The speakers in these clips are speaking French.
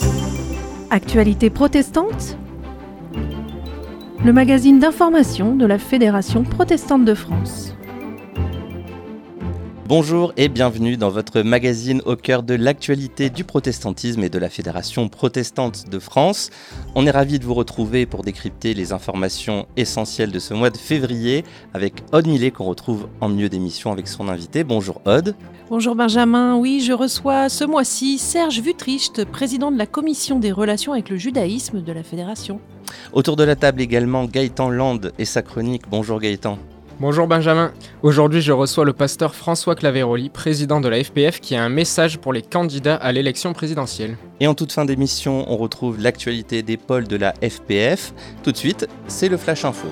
Actualité protestante ? Le magazine d'information de la Fédération protestante de France. Bonjour et bienvenue dans votre magazine au cœur de l'actualité du protestantisme et de la Fédération protestante de France. On est ravis de vous retrouver pour décrypter les informations essentielles de ce mois de février avec Aude Millet qu'on retrouve en milieu d'émission avec son invité. Bonjour Aude. Bonjour Benjamin, oui je reçois ce mois-ci Serge Wütricht, président de la commission des relations avec le judaïsme de la Fédération. Autour de la table également Gaëtan Land et sa chronique. Bonjour Gaëtan. Bonjour Benjamin, aujourd'hui je reçois le pasteur François Claveroli, président de la FPF, qui a un message pour les candidats à l'élection présidentielle. Et en toute fin d'émission, on retrouve l'actualité des pôles de la FPF. Tout de suite, c'est le Flash Info.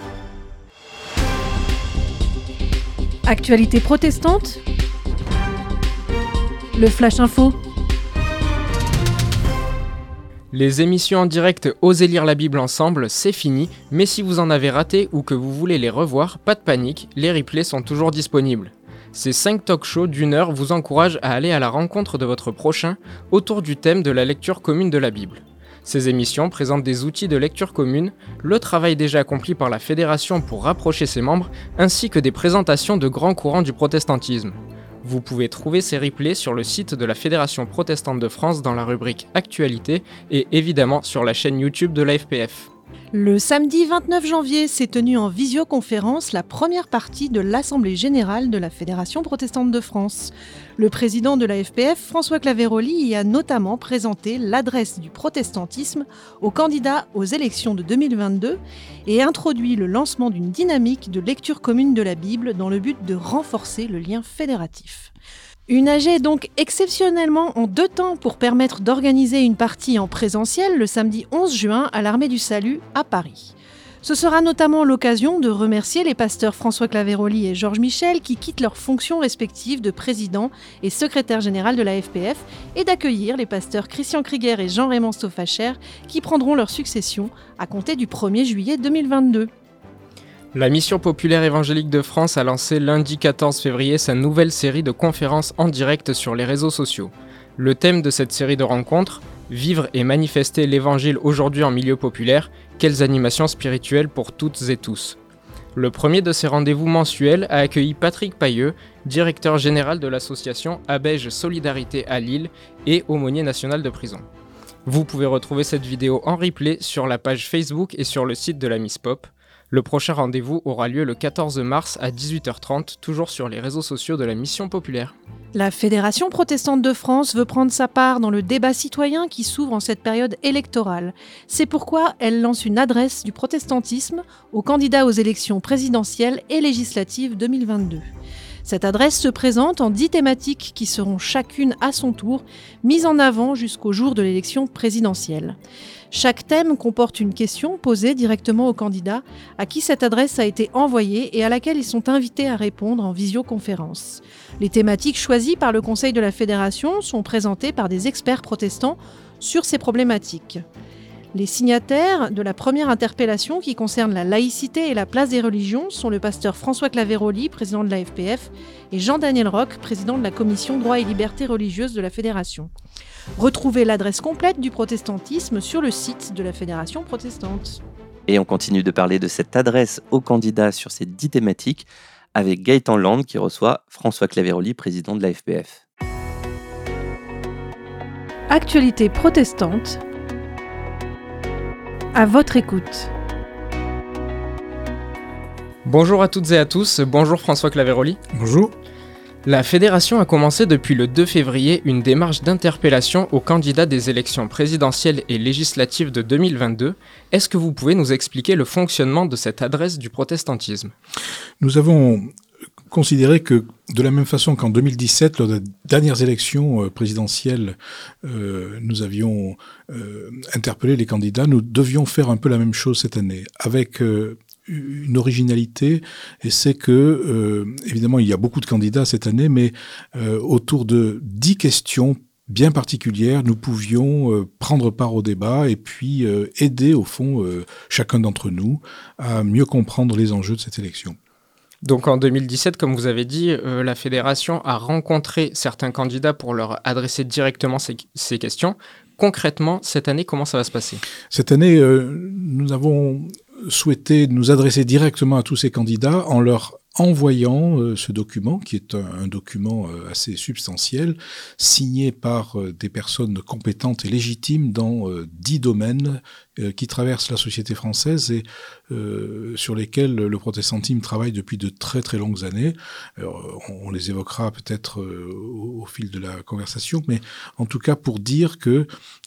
Actualité protestante ? Le Flash Info. Les émissions en direct Osez lire la Bible ensemble, c'est fini, mais si vous en avez raté ou que vous voulez les revoir, pas de panique, les replays sont toujours disponibles. Ces 5 talk-shows d'1 heure vous encouragent à aller à la rencontre de votre prochain autour du thème de la lecture commune de la Bible. Ces émissions présentent des outils de lecture commune, le travail déjà accompli par la Fédération pour rapprocher ses membres, ainsi que des présentations de grands courants du protestantisme. Vous pouvez trouver ces replays sur le site de la Fédération protestante de France dans la rubrique Actualité et évidemment sur la chaîne YouTube de la FPF. Le samedi 29 janvier s'est tenue en visioconférence la première partie de l'Assemblée générale de la Fédération protestante de France. Le président de la FPF, François Claveroli, y a notamment présenté l'adresse du protestantisme aux candidats aux élections de 2022 et introduit le lancement d'une dynamique de lecture commune de la Bible dans le but de renforcer le lien fédératif. Une AG est donc exceptionnellement en 2 temps pour permettre d'organiser une partie en présentiel le samedi 11 juin à l'Armée du Salut à Paris. Ce sera notamment l'occasion de remercier les pasteurs François Claveroli et Georges Michel qui quittent leurs fonctions respectives de président et secrétaire général de la FPF et d'accueillir les pasteurs Christian Krieger et Jean-Raymond Stoffacher qui prendront leur succession à compter du 1er juillet 2022. La Mission populaire évangélique de France a lancé lundi 14 février sa nouvelle série de conférences en direct sur les réseaux sociaux. Le thème de cette série de rencontres, vivre et manifester l'évangile aujourd'hui en milieu populaire, quelles animations spirituelles pour toutes et tous. Le premier de ces rendez-vous mensuels a accueilli Patrick Pailleux, directeur général de l'association Abège Solidarité à Lille et aumônier national de prison. Vous pouvez retrouver cette vidéo en replay sur la page Facebook et sur le site de la Miss Pop. Le prochain rendez-vous aura lieu le 14 mars à 18h30, toujours sur les réseaux sociaux de la Mission populaire. La Fédération protestante de France veut prendre sa part dans le débat citoyen qui s'ouvre en cette période électorale. C'est pourquoi elle lance une adresse du protestantisme aux candidats aux élections présidentielles et législatives 2022. Cette adresse se présente en 10 thématiques qui seront chacune à son tour mises en avant jusqu'au jour de l'élection présidentielle. Chaque thème comporte une question posée directement aux candidats à qui cette adresse a été envoyée et à laquelle ils sont invités à répondre en visioconférence. Les thématiques choisies par le Conseil de la Fédération sont présentées par des experts protestants sur ces problématiques. Les signataires de la première interpellation qui concerne la laïcité et la place des religions sont le pasteur François Claveroli, président de la FPF, et Jean-Daniel Roch, président de la commission droit et liberté religieuse de la Fédération. Retrouvez l'adresse complète du protestantisme sur le site de la Fédération protestante. Et on continue de parler de cette adresse aux candidats sur ces 10 thématiques avec Gaëtan Land qui reçoit François Claveroli, président de la FPF. Actualité protestante. À votre écoute. Bonjour à toutes et à tous, bonjour François Claveroli. Bonjour. La Fédération a commencé depuis le 2 février une démarche d'interpellation aux candidats des élections présidentielles et législatives de 2022. Est-ce que vous pouvez nous expliquer le fonctionnement de cette adresse du protestantisme ? Nous avons considéré que de la même façon qu'en 2017, lors des dernières élections présidentielles, nous avions interpellé les candidats, nous devions faire un peu la même chose cette année, avec une originalité, et c'est que, évidemment, il y a beaucoup de candidats cette année, mais autour de 10 questions bien particulières, nous pouvions prendre part au débat et puis aider, au fond, chacun d'entre nous à mieux comprendre les enjeux de cette élection. Donc en 2017, comme vous avez dit, la fédération a rencontré certains candidats pour leur adresser directement ces questions. Concrètement, cette année, comment ça va se passer ? Cette année, nous avons souhaité nous adresser directement à tous ces candidats en leur envoyant ce document, qui est un document assez substantiel, signé par des personnes compétentes et légitimes dans 10 domaines qui traversent la société française et sur lesquels le protestantisme travaille depuis de très très longues années. Alors, on les évoquera peut-être au fil de la conversation, mais en tout cas pour dire que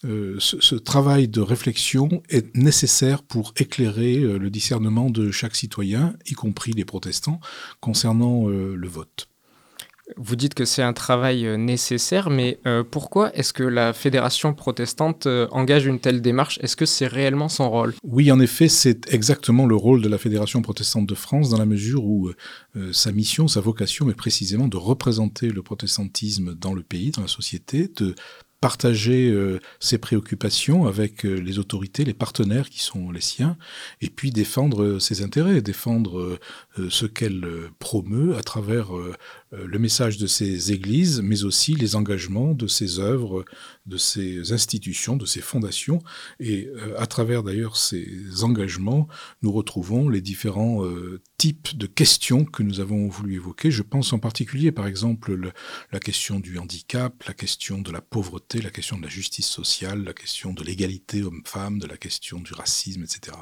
ce travail de réflexion est nécessaire pour éclairer le discernement de chaque citoyen, y compris les protestants, concernant le vote. Vous dites que c'est un travail nécessaire, mais pourquoi est-ce que la Fédération protestante engage une telle démarche ? Est-ce que c'est réellement son rôle ? Oui, en effet, c'est exactement le rôle de la Fédération protestante de France, dans la mesure où sa mission, sa vocation est précisément de représenter le protestantisme dans le pays, dans la société, de partager ses préoccupations avec les autorités, les partenaires qui sont les siens, et puis défendre ses intérêts, défendre ce qu'elle promeut à travers le message de ses églises, mais aussi les engagements de ses œuvres, de ses institutions, de ses fondations. Et à travers d'ailleurs ces engagements, nous retrouvons les différents types de questions que nous avons voulu évoquer. Je pense en particulier, par exemple, la question du handicap, la question de la pauvreté, la question de la justice sociale, la question de l'égalité homme-femme, de la question du racisme, etc.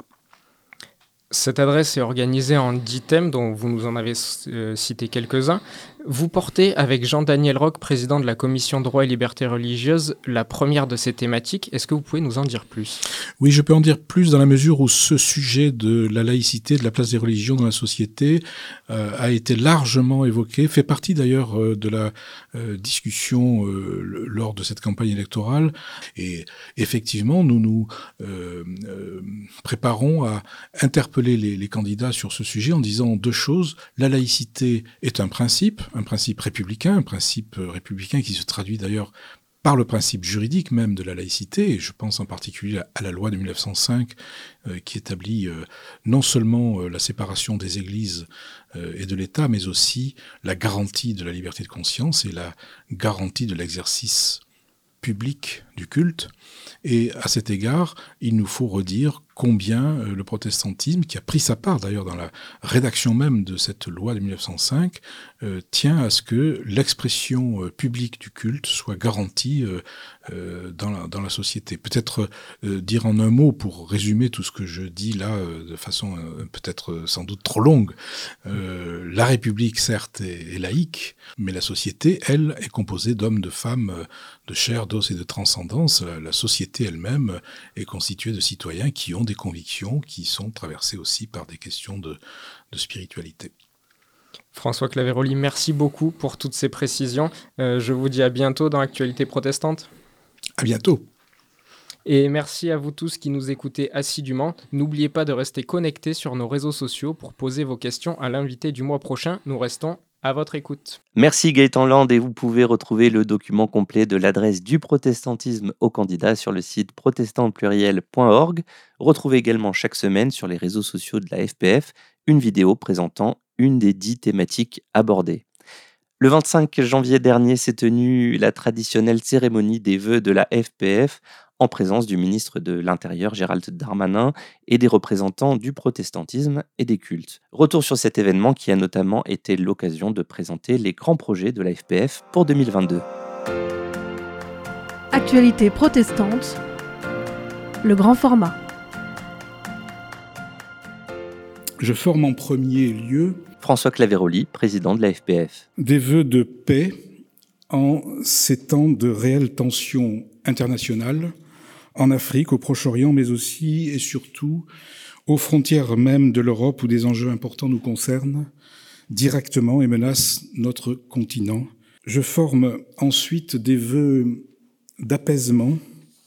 Cette adresse est organisée en 10 thèmes, dont vous nous en avez cité quelques-uns. Vous portez, avec Jean-Daniel Roch, président de la Commission Droit et Libertés Religieuses, la première de ces thématiques. Est-ce que vous pouvez nous en dire plus ? Oui, je peux en dire plus dans la mesure où ce sujet de la laïcité, de la place des religions dans la société a été largement évoqué, fait partie d'ailleurs de la discussion lors de cette campagne électorale. Et effectivement, nous nous préparons à interpeller les candidats sur ce sujet en disant deux choses. La laïcité est un principe républicain, qui se traduit d'ailleurs par le principe juridique même de la laïcité, et je pense en particulier à la loi de 1905 qui établit non seulement la séparation des églises et de l'État, mais aussi la garantie de la liberté de conscience et la garantie de l'exercice public du culte. Et à cet égard, il nous faut redire combien le protestantisme, qui a pris sa part d'ailleurs dans la rédaction même de cette loi de 1905, tient à ce que l'expression publique du culte soit garantie dans la société. Peut-être dire en un mot, pour résumer tout ce que je dis là de façon peut-être sans doute trop longue, la République certes est laïque, mais la société, elle, est composée d'hommes, de femmes, de chair, d'os et de transcendance. La société elle-même est constituée de citoyens qui ont des convictions, qui sont traversées aussi par des questions de spiritualité. François Claveroli, merci beaucoup pour toutes ces précisions. Je vous dis à bientôt dans l'Actualité protestante. À bientôt. Et merci à vous tous qui nous écoutez assidûment. N'oubliez pas de rester connectés sur nos réseaux sociaux pour poser vos questions à l'invité du mois prochain. Nous restons à votre écoute. Merci Gaëtan Land, et vous pouvez retrouver le document complet de l'adresse du protestantisme aux candidats sur le site protestantpluriel.org. Retrouvez également chaque semaine sur les réseaux sociaux de la FPF une vidéo présentant une des 10 thématiques abordées. Le 25 janvier dernier s'est tenue la traditionnelle cérémonie des vœux de la FPF en présence du ministre de l'Intérieur Gérald Darmanin et des représentants du protestantisme et des cultes. Retour sur cet événement qui a notamment été l'occasion de présenter les grands projets de la FPF pour 2022. Actualité protestante, le grand format. Je forme en premier lieu François Claveroli, président de la FPF. Des vœux de paix en ces temps de réelles tensions internationales, en Afrique, au Proche-Orient, mais aussi et surtout aux frontières même de l'Europe où des enjeux importants nous concernent directement et menacent notre continent. Je forme ensuite des vœux d'apaisement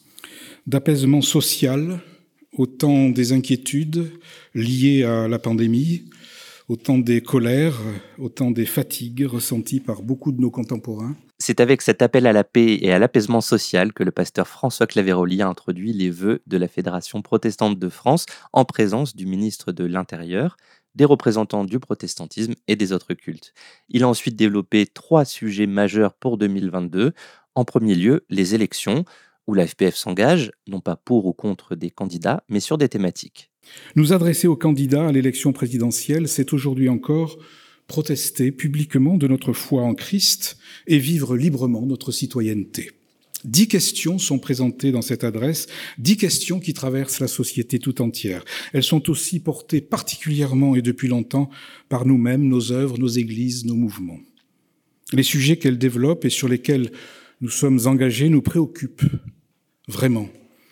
social, au temps des inquiétudes liées à la pandémie, au temps des colères, au temps des fatigues ressenties par beaucoup de nos contemporains. C'est avec cet appel à la paix et à l'apaisement social que le pasteur François Claveroli a introduit les vœux de la Fédération protestante de France en présence du ministre de l'Intérieur, des représentants du protestantisme et des autres cultes. Il a ensuite développé 3 sujets majeurs pour 2022. En premier lieu, les élections, où la FPF s'engage, non pas pour ou contre des candidats, mais sur des thématiques. Nous adresser aux candidats à l'élection présidentielle, c'est aujourd'hui encore protester publiquement de notre foi en Christ et vivre librement notre citoyenneté. 10 questions sont présentées dans cette adresse, 10 questions qui traversent la société tout entière. Elles sont aussi portées particulièrement et depuis longtemps par nous-mêmes, nos œuvres, nos églises, nos mouvements. Les sujets qu'elles développent et sur lesquels nous sommes engagés nous préoccupent vraiment,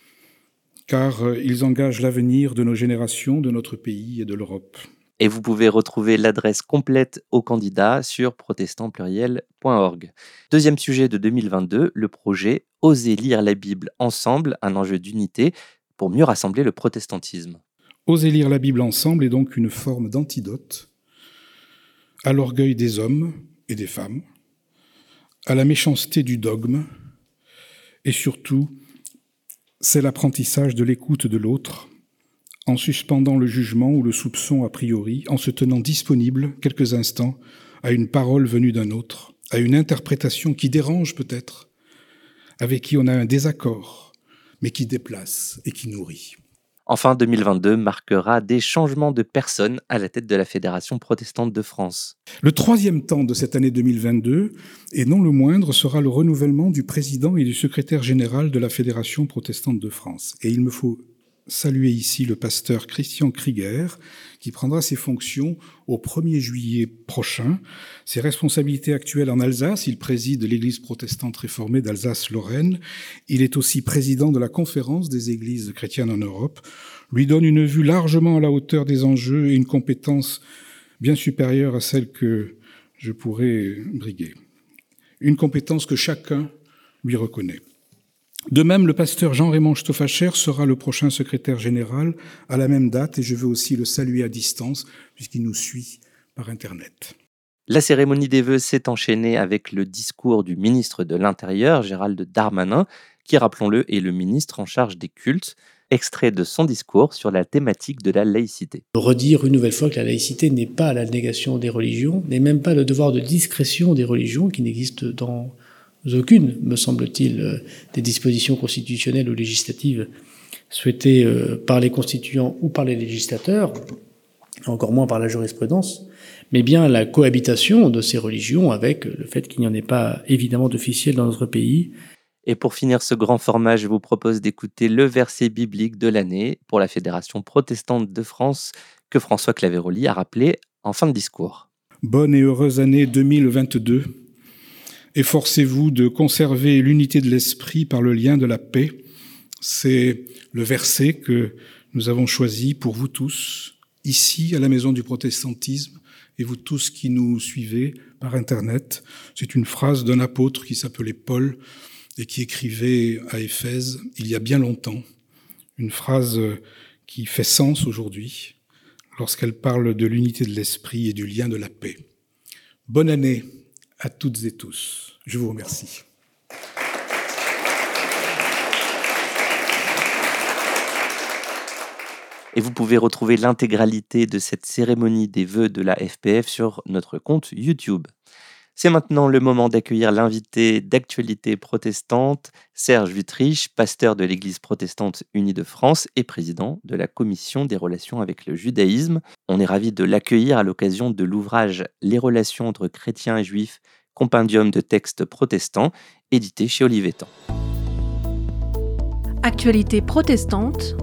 car ils engagent l'avenir de nos générations, de notre pays et de l'Europe. Et vous pouvez retrouver l'adresse complète aux candidats sur protestantpluriel.org. Deuxième sujet de 2022, le projet « Oser lire la Bible ensemble », un enjeu d'unité pour mieux rassembler le protestantisme. Oser lire la Bible ensemble est donc une forme d'antidote à l'orgueil des hommes et des femmes, à la méchanceté du dogme, et surtout, c'est l'apprentissage de l'écoute de l'autre, en suspendant le jugement ou le soupçon a priori, en se tenant disponible quelques instants à une parole venue d'un autre, à une interprétation qui dérange peut-être, avec qui on a un désaccord, mais qui déplace et qui nourrit. Enfin, 2022 marquera des changements de personnes à la tête de la Fédération protestante de France. Le 3e temps de cette année 2022, et non le moindre, sera le renouvellement du président et du secrétaire général de la Fédération protestante de France. Et il me faut saluer ici le pasteur Christian Krieger, qui prendra ses fonctions au 1er juillet prochain. Ses responsabilités actuelles en Alsace, il préside l'Église protestante réformée d'Alsace-Lorraine. Il est aussi président de la Conférence des Églises chrétiennes en Europe, lui donne une vue largement à la hauteur des enjeux et une compétence bien supérieure à celle que je pourrais briguer. Une compétence que chacun lui reconnaît. De même, le pasteur Jean-Raymond Stoffacher sera le prochain secrétaire général à la même date et je veux aussi le saluer à distance puisqu'il nous suit par Internet. La cérémonie des vœux s'est enchaînée avec le discours du ministre de l'Intérieur, Gérald Darmanin, qui, rappelons-le, est le ministre en charge des cultes. Extrait de son discours sur la thématique de la laïcité. Redire une nouvelle fois que la laïcité n'est pas la négation des religions, n'est même pas le devoir de discrétion des religions qui n'existe dans aucune, me semble-t-il, des dispositions constitutionnelles ou législatives souhaitées par les constituants ou par les législateurs, encore moins par la jurisprudence, mais bien la cohabitation de ces religions avec le fait qu'il n'y en ait pas évidemment d'officiel dans notre pays. Et pour finir ce grand format, je vous propose d'écouter le verset biblique de l'année pour la Fédération protestante de France que François Claveroli a rappelé en fin de discours. Bonne et heureuse année 2022. Efforcez-vous de conserver l'unité de l'esprit par le lien de la paix. C'est le verset que nous avons choisi pour vous tous, ici à la Maison du Protestantisme, et vous tous qui nous suivez par Internet. C'est une phrase d'un apôtre qui s'appelait Paul et qui écrivait à Éphèse il y a bien longtemps. Une phrase qui fait sens aujourd'hui lorsqu'elle parle de l'unité de l'esprit et du lien de la paix. Bonne année à toutes et tous. Je vous remercie. Et vous pouvez retrouver l'intégralité de cette cérémonie des vœux de la FPF sur notre compte YouTube. C'est maintenant le moment d'accueillir l'invité d'actualité protestante, Serge Wüthrich, pasteur de l'Église protestante unie de France et président de la Commission des relations avec le judaïsme. On est ravis de l'accueillir à l'occasion de l'ouvrage « Les relations entre chrétiens et juifs », compendium de textes protestants, édité chez Olivetan. Actualité protestante.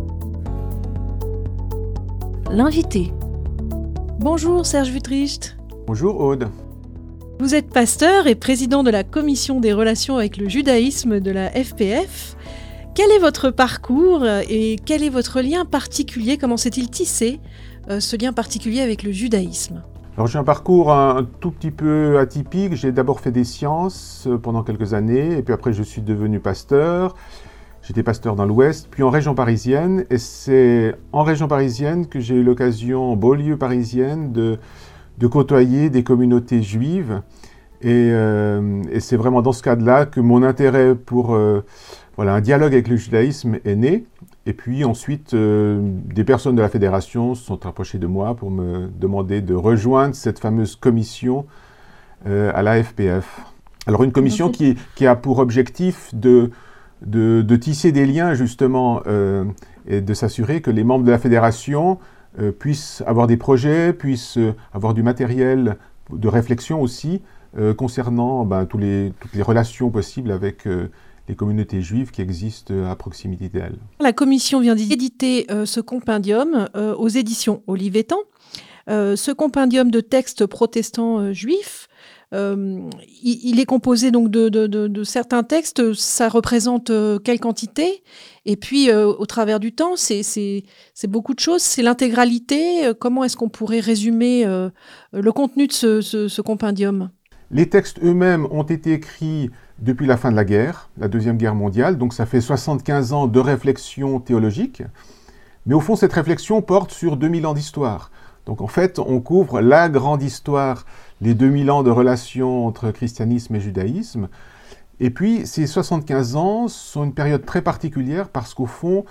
L'invité. Bonjour Serge Wüthrich. Bonjour Aude. Vous êtes pasteur et président de la Commission des relations avec le judaïsme de la FPF. Quel est votre parcours et quel est votre lien particulier? Comment s'est-il tissé ce lien particulier avec le judaïsme? Alors j'ai un parcours un tout petit peu atypique. J'ai d'abord fait des sciences pendant quelques années et puis après je suis devenu pasteur. J'étais pasteur dans l'Ouest, puis en région parisienne. Et c'est en région parisienne que j'ai eu l'occasion, en banlieue parisienne, de côtoyer des communautés juives. Et c'est vraiment dans ce cadre-là que mon intérêt pour un dialogue avec le judaïsme est né. Et puis ensuite, des personnes de la fédération se sont approchées de moi pour me demander de rejoindre cette fameuse commission à la FPF. Alors une commission qui a pour objectif de tisser des liens justement et de s'assurer que les membres de la fédération puissent avoir des projets, puissent avoir du matériel de réflexion aussi concernant toutes les relations possibles avec les communautés juives qui existent à proximité d'elles. La commission vient d'éditer ce compendium aux éditions Olivetan. Ce compendium de textes protestants juifs, il est composé donc de certains textes. Ça représente quelle quantité? Et puis, au travers du temps, c'est beaucoup de choses. C'est l'intégralité. Comment est-ce qu'on pourrait résumer le contenu de ce compendium? Les textes eux-mêmes ont été écrits depuis la fin de la guerre, la Deuxième Guerre mondiale, donc ça fait 75 ans de réflexion théologique. Mais au fond, cette réflexion porte sur 2000 ans d'histoire. Donc en fait, on couvre la grande histoire, les 2000 ans de relations entre christianisme et judaïsme. Et puis, ces 75 ans sont une période très particulière parce qu'au fond,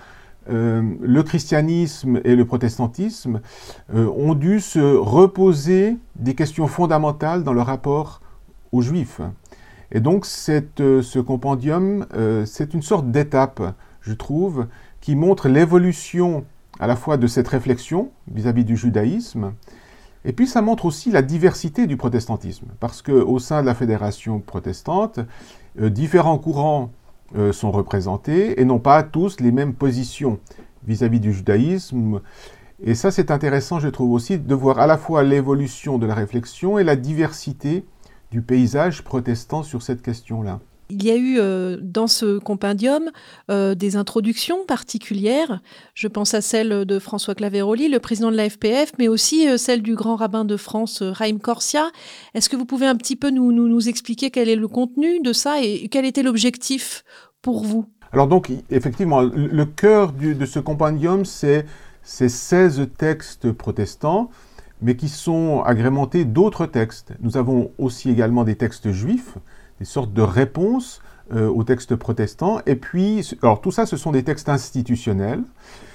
le christianisme et le protestantisme ont dû se reposer des questions fondamentales dans leur rapport aux Juifs. Et donc, ce compendium, c'est une sorte d'étape, je trouve, qui montre l'évolution à la fois de cette réflexion vis-à-vis du judaïsme, et puis ça montre aussi la diversité du protestantisme, parce qu'au sein de la fédération protestante, différents courants sont représentés et n'ont pas tous les mêmes positions vis-à-vis du judaïsme. Et ça, c'est intéressant, je trouve aussi, de voir à la fois l'évolution de la réflexion et la diversité du paysage protestant sur cette question-là. Il y a eu dans ce compendium des introductions particulières. Je pense à celle de François Claveroli, le président de la FPF, mais aussi celle du grand rabbin de France, Chaim Corsia. Est-ce que vous pouvez un petit peu nous expliquer quel est le contenu de ça et quel était l'objectif pour vous? Alors donc, effectivement, le cœur de ce compendium, c'est ces 16 textes protestants, mais qui sont agrémentés d'autres textes. Nous avons aussi également des textes juifs, des sortes de réponses aux textes protestants. Et puis, alors tout ça, ce sont des textes institutionnels.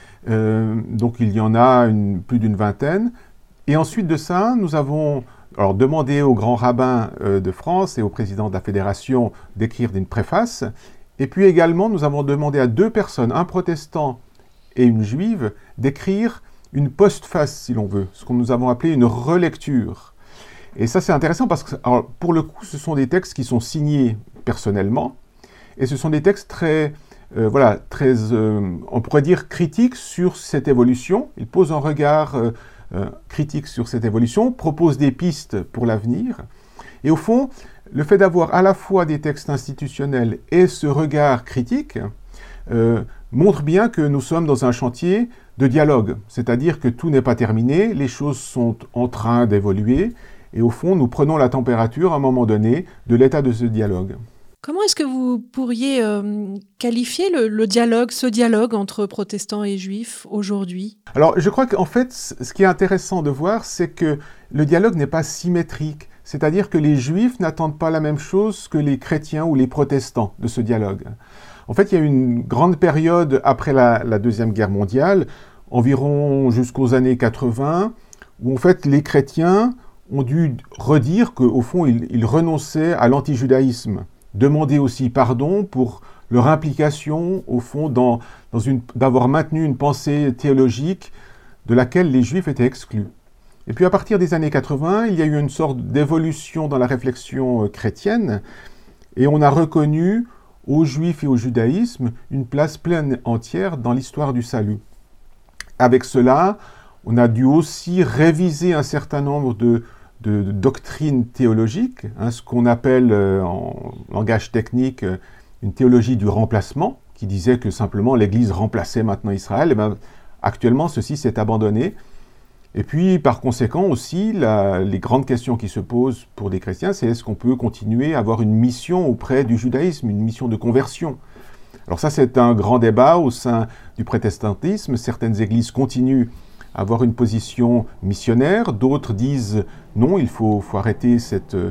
Donc il y en a plus d'une vingtaine. Et ensuite de ça, nous avons demandé au grand rabbin de France et au président de la fédération d'écrire une préface. Et puis également, nous avons demandé à 2 personnes, un protestant et une juive, d'écrire une postface, si l'on veut, ce que nous avons appelé une relecture. Et ça, c'est intéressant parce que, pour le coup, ce sont des textes qui sont signés personnellement, et ce sont des textes très, on pourrait dire, critiques sur cette évolution. Ils posent un regard critique sur cette évolution, proposent des pistes pour l'avenir. Et au fond, le fait d'avoir à la fois des textes institutionnels et ce regard critique montre bien que nous sommes dans un chantier de dialogue, c'est-à-dire que tout n'est pas terminé, les choses sont en train d'évoluer, et au fond, nous prenons la température à un moment donné de l'état de ce dialogue. Comment est-ce que vous pourriez qualifier ce dialogue entre protestants et juifs aujourd'hui? Alors, je crois qu'en fait, ce qui est intéressant de voir, c'est que le dialogue n'est pas symétrique, c'est-à-dire que les juifs n'attendent pas la même chose que les chrétiens ou les protestants de ce dialogue. En fait, il y a eu une grande période après la Deuxième Guerre mondiale, environ jusqu'aux années 80, où en fait les chrétiens ont dû redire qu'au fond, ils renonçaient à l'antijudaïsme, demander aussi pardon pour leur implication, au fond, d'avoir maintenu une pensée théologique de laquelle les Juifs étaient exclus. Et puis à partir des années 80, il y a eu une sorte d'évolution dans la réflexion chrétienne, et on a reconnu aux Juifs et au judaïsme une place pleine entière dans l'histoire du salut. Avec cela, on a dû aussi réviser un certain nombre de doctrines théologiques, ce qu'on appelle en langage technique une théologie du remplacement, qui disait que simplement l'Église remplaçait maintenant Israël. Et bien, actuellement, ceci s'est abandonné. Et puis, par conséquent aussi, les grandes questions qui se posent pour des chrétiens, c'est est-ce qu'on peut continuer à avoir une mission auprès du judaïsme, une mission de conversion? Alors ça, c'est un grand débat au sein du protestantisme. Certaines églises continuent à avoir une position missionnaire, d'autres disent non, il faut arrêter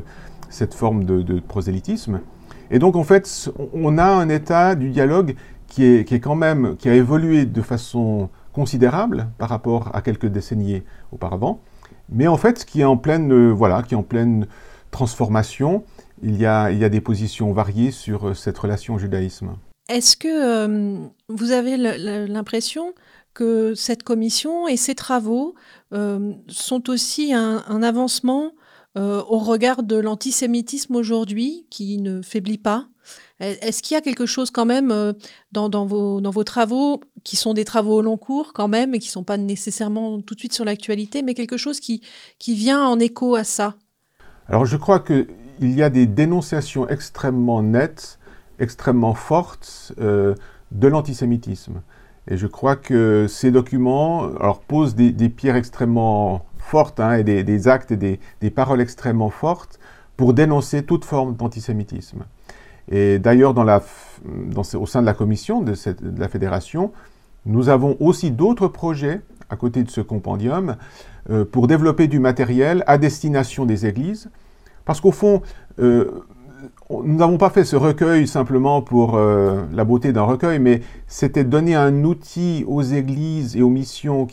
cette forme de prosélytisme. Et donc, en fait, on a un état du dialogue qui a évolué de façon considérable par rapport à quelques décennies auparavant, mais en fait qui est en pleine transformation. Il y a des positions variées sur cette relation au judaïsme. Est-ce que vous avez l'impression que cette commission et ses travaux sont aussi un avancement au regard de l'antisémitisme aujourd'hui, qui ne faiblit pas? Est-ce qu'il y a quelque chose quand même dans vos travaux, qui sont des travaux au long cours quand même, et qui ne sont pas nécessairement tout de suite sur l'actualité, mais quelque chose qui vient en écho à ça? Alors je crois qu'il y a des dénonciations extrêmement nettes, extrêmement fortes de l'antisémitisme. Et je crois que ces documents posent des pierres extrêmement fortes, et des actes et des paroles extrêmement fortes pour dénoncer toute forme d'antisémitisme. Et d'ailleurs, au sein de la commission de la fédération, nous avons aussi d'autres projets à côté de ce compendium pour développer du matériel à destination des églises. Parce qu'au fond, nous n'avons pas fait ce recueil simplement pour la beauté d'un recueil, mais c'était donner un outil aux églises et aux missions,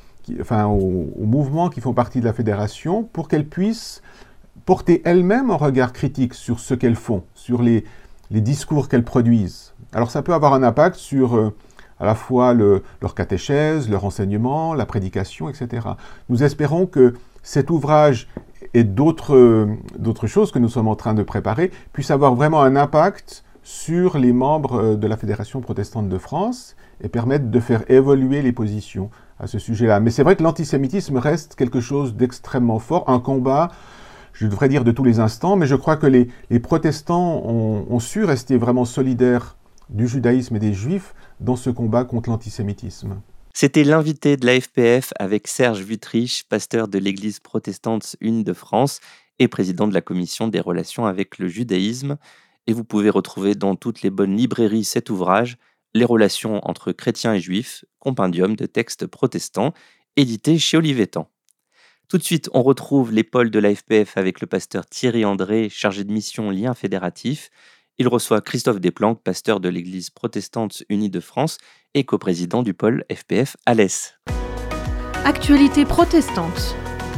aux mouvements qui font partie de la fédération, pour qu'elles puissent porter elles-mêmes un regard critique sur ce qu'elles font, sur les discours qu'elles produisent. Alors ça peut avoir un impact sur à la fois leur catéchèse, leur enseignement, la prédication, etc. Nous espérons que cet ouvrage et d'autres choses que nous sommes en train de préparer puissent avoir vraiment un impact sur les membres de la Fédération protestante de France et permettre de faire évoluer les positions à ce sujet-là. Mais c'est vrai que l'antisémitisme reste quelque chose d'extrêmement fort, un combat, je devrais dire de tous les instants, mais je crois que les protestants ont su rester vraiment solidaires du judaïsme et des juifs dans ce combat contre l'antisémitisme. C'était l'invité de la FPF avec Serge Wüthrich, pasteur de l'Église protestante unie de France et président de la commission des relations avec le judaïsme. Et vous pouvez retrouver dans toutes les bonnes librairies cet ouvrage, Les relations entre chrétiens et juifs, compendium de textes protestants, édité chez Olivetan. Tout de suite, on retrouve les pôles de la FPF avec le pasteur Thierry André, chargé de mission Liens fédératifs. Il reçoit Christophe Desplanques, pasteur de l'Église protestante unie de France et coprésident du pôle FPF Alès. Actualité protestante.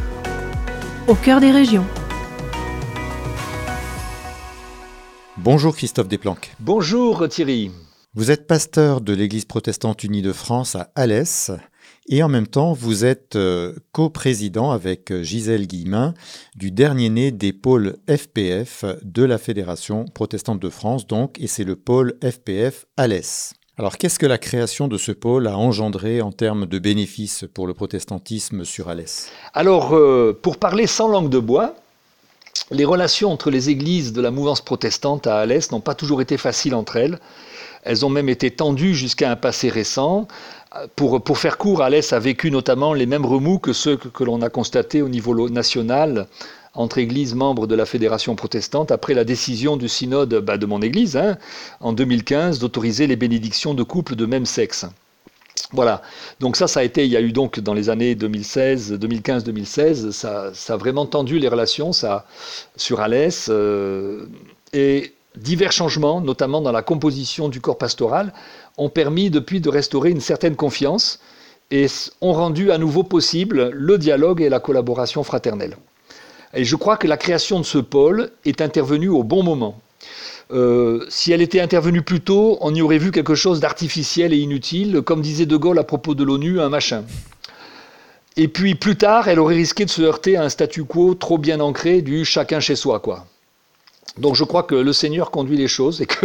Au cœur des régions. Bonjour Christophe Desplanques. Bonjour Thierry. Vous êtes pasteur de l'Église protestante unie de France à Alès et en même temps vous êtes coprésident avec Gisèle Guillemin du dernier né des pôles FPF de la Fédération protestante de France donc, et c'est le pôle FPF Alès. Alors qu'est-ce que la création de ce pôle a engendré en termes de bénéfices pour le protestantisme sur Alès? Alors pour parler sans langue de bois, les relations entre les églises de la mouvance protestante à Alès n'ont pas toujours été faciles entre elles. Elles ont même été tendues jusqu'à un passé récent. Pour faire court, Alès a vécu notamment les mêmes remous que ceux que l'on a constatés au niveau national entre églises membres de la Fédération protestante après la décision du synode de mon église en 2015 d'autoriser les bénédictions de couples de même sexe. Voilà, donc ça a été, il y a eu donc dans les années 2015-2016, ça a vraiment tendu les relations sur Alès et divers changements, notamment dans la composition du corps pastoral, ont permis depuis de restaurer une certaine confiance et ont rendu à nouveau possible le dialogue et la collaboration fraternelle. Et je crois que la création de ce pôle est intervenue au bon moment. Si elle était intervenue plus tôt, on y aurait vu quelque chose d'artificiel et inutile, comme disait De Gaulle à propos de l'ONU, un machin. Et puis plus tard, elle aurait risqué de se heurter à un statu quo trop bien ancré du chacun chez soi, quoi. Donc je crois que le Seigneur conduit les choses et que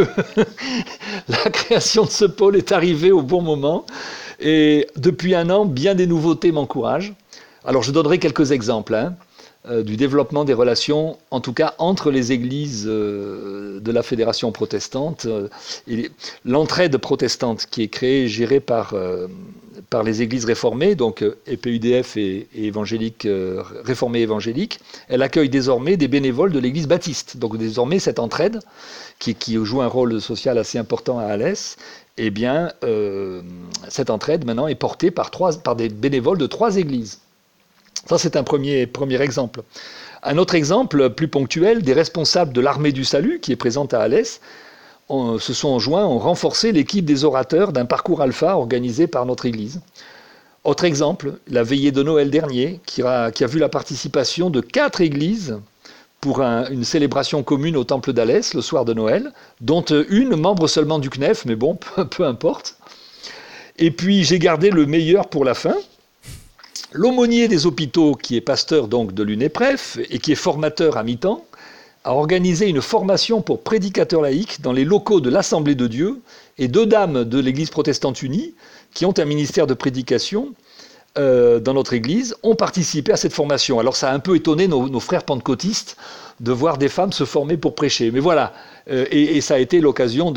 la création de ce pôle est arrivée au bon moment. Et depuis un an, bien des nouveautés m'encouragent. Alors je donnerai quelques exemples du développement des relations, en tout cas entre les églises de la Fédération protestante. L'entraide protestante qui est créée et gérée par les églises réformées, donc EPUDF et évangéliques, réformées évangéliques, elle accueille désormais des bénévoles de l'église baptiste. Donc désormais, cette entraide, qui joue un rôle social assez important à Alès, eh bien, cette entraide maintenant est portée par des bénévoles de 3 églises. Ça, c'est un premier exemple. Un autre exemple, plus ponctuel, des responsables de l'armée du salut, qui est présente à Alès, se sont joints, ont renforcé l'équipe des orateurs d'un parcours alpha organisé par notre Église. Autre exemple, la veillée de Noël dernier, qui a vu la participation de 4 églises pour une célébration commune au temple d'Alès le soir de Noël, dont une membre seulement du CNEF, mais bon, peu importe. Et puis j'ai gardé le meilleur pour la fin. L'aumônier des hôpitaux, qui est pasteur donc de l'UNEPREF et qui est formateur à mi-temps, a organisé une formation pour prédicateurs laïcs dans les locaux de l'Assemblée de Dieu, et 2 dames de l'Église protestante unie, qui ont un ministère de prédication dans notre Église, ont participé à cette formation. Alors ça a un peu étonné nos frères pentecôtistes de voir des femmes se former pour prêcher. Mais voilà, et ça a été l'occasion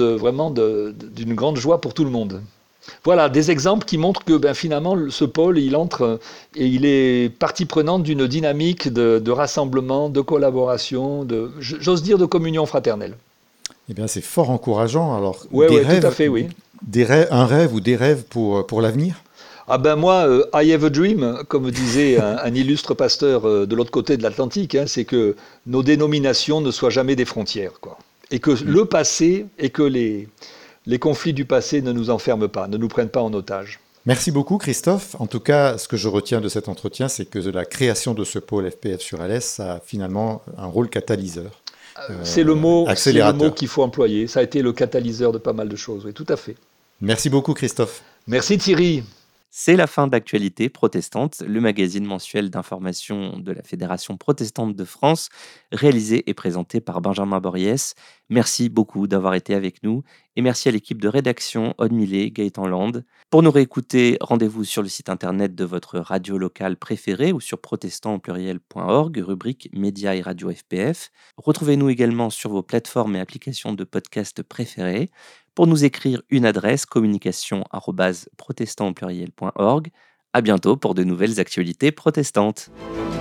d'une grande joie pour tout le monde. Voilà, des exemples qui montrent que finalement, ce pôle, il entre et il est partie prenante d'une dynamique de rassemblement, de collaboration, j'ose dire de communion fraternelle. Eh bien, c'est fort encourageant. Alors, oui, tout à fait, oui. Un rêve ou des rêves pour l'avenir ? Ah ben moi, I have a dream, comme disait un illustre pasteur de l'autre côté de l'Atlantique, c'est que nos dénominations ne soient jamais des frontières, quoi. Et que le passé, et que les conflits du passé ne nous enferment pas, ne nous prennent pas en otage. Merci beaucoup Christophe. En tout cas, ce que je retiens de cet entretien, c'est que la création de ce pôle FPF sur Alès a finalement un rôle catalyseur. C'est le mot qu'il faut employer. Ça a été le catalyseur de pas mal de choses, oui, tout à fait. Merci beaucoup Christophe. Merci Thierry. C'est la fin d'Actualité protestante, le magazine mensuel d'information de la Fédération protestante de France, réalisé et présenté par Benjamin Borries. Merci beaucoup d'avoir été avec nous et merci à l'équipe de rédaction Aude Millet, Gaëtan Land. Pour nous réécouter, rendez-vous sur le site internet de votre radio locale préférée ou sur protestantaupluriel.org, rubrique Médias et Radio FPF. Retrouvez-nous également sur vos plateformes et applications de podcast préférées. Pour nous écrire, une adresse communication@protestantaupluriel.org. À bientôt pour de nouvelles actualités protestantes.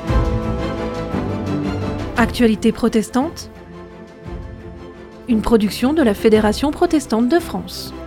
Actualité protestante, une production de la Fédération protestante de France.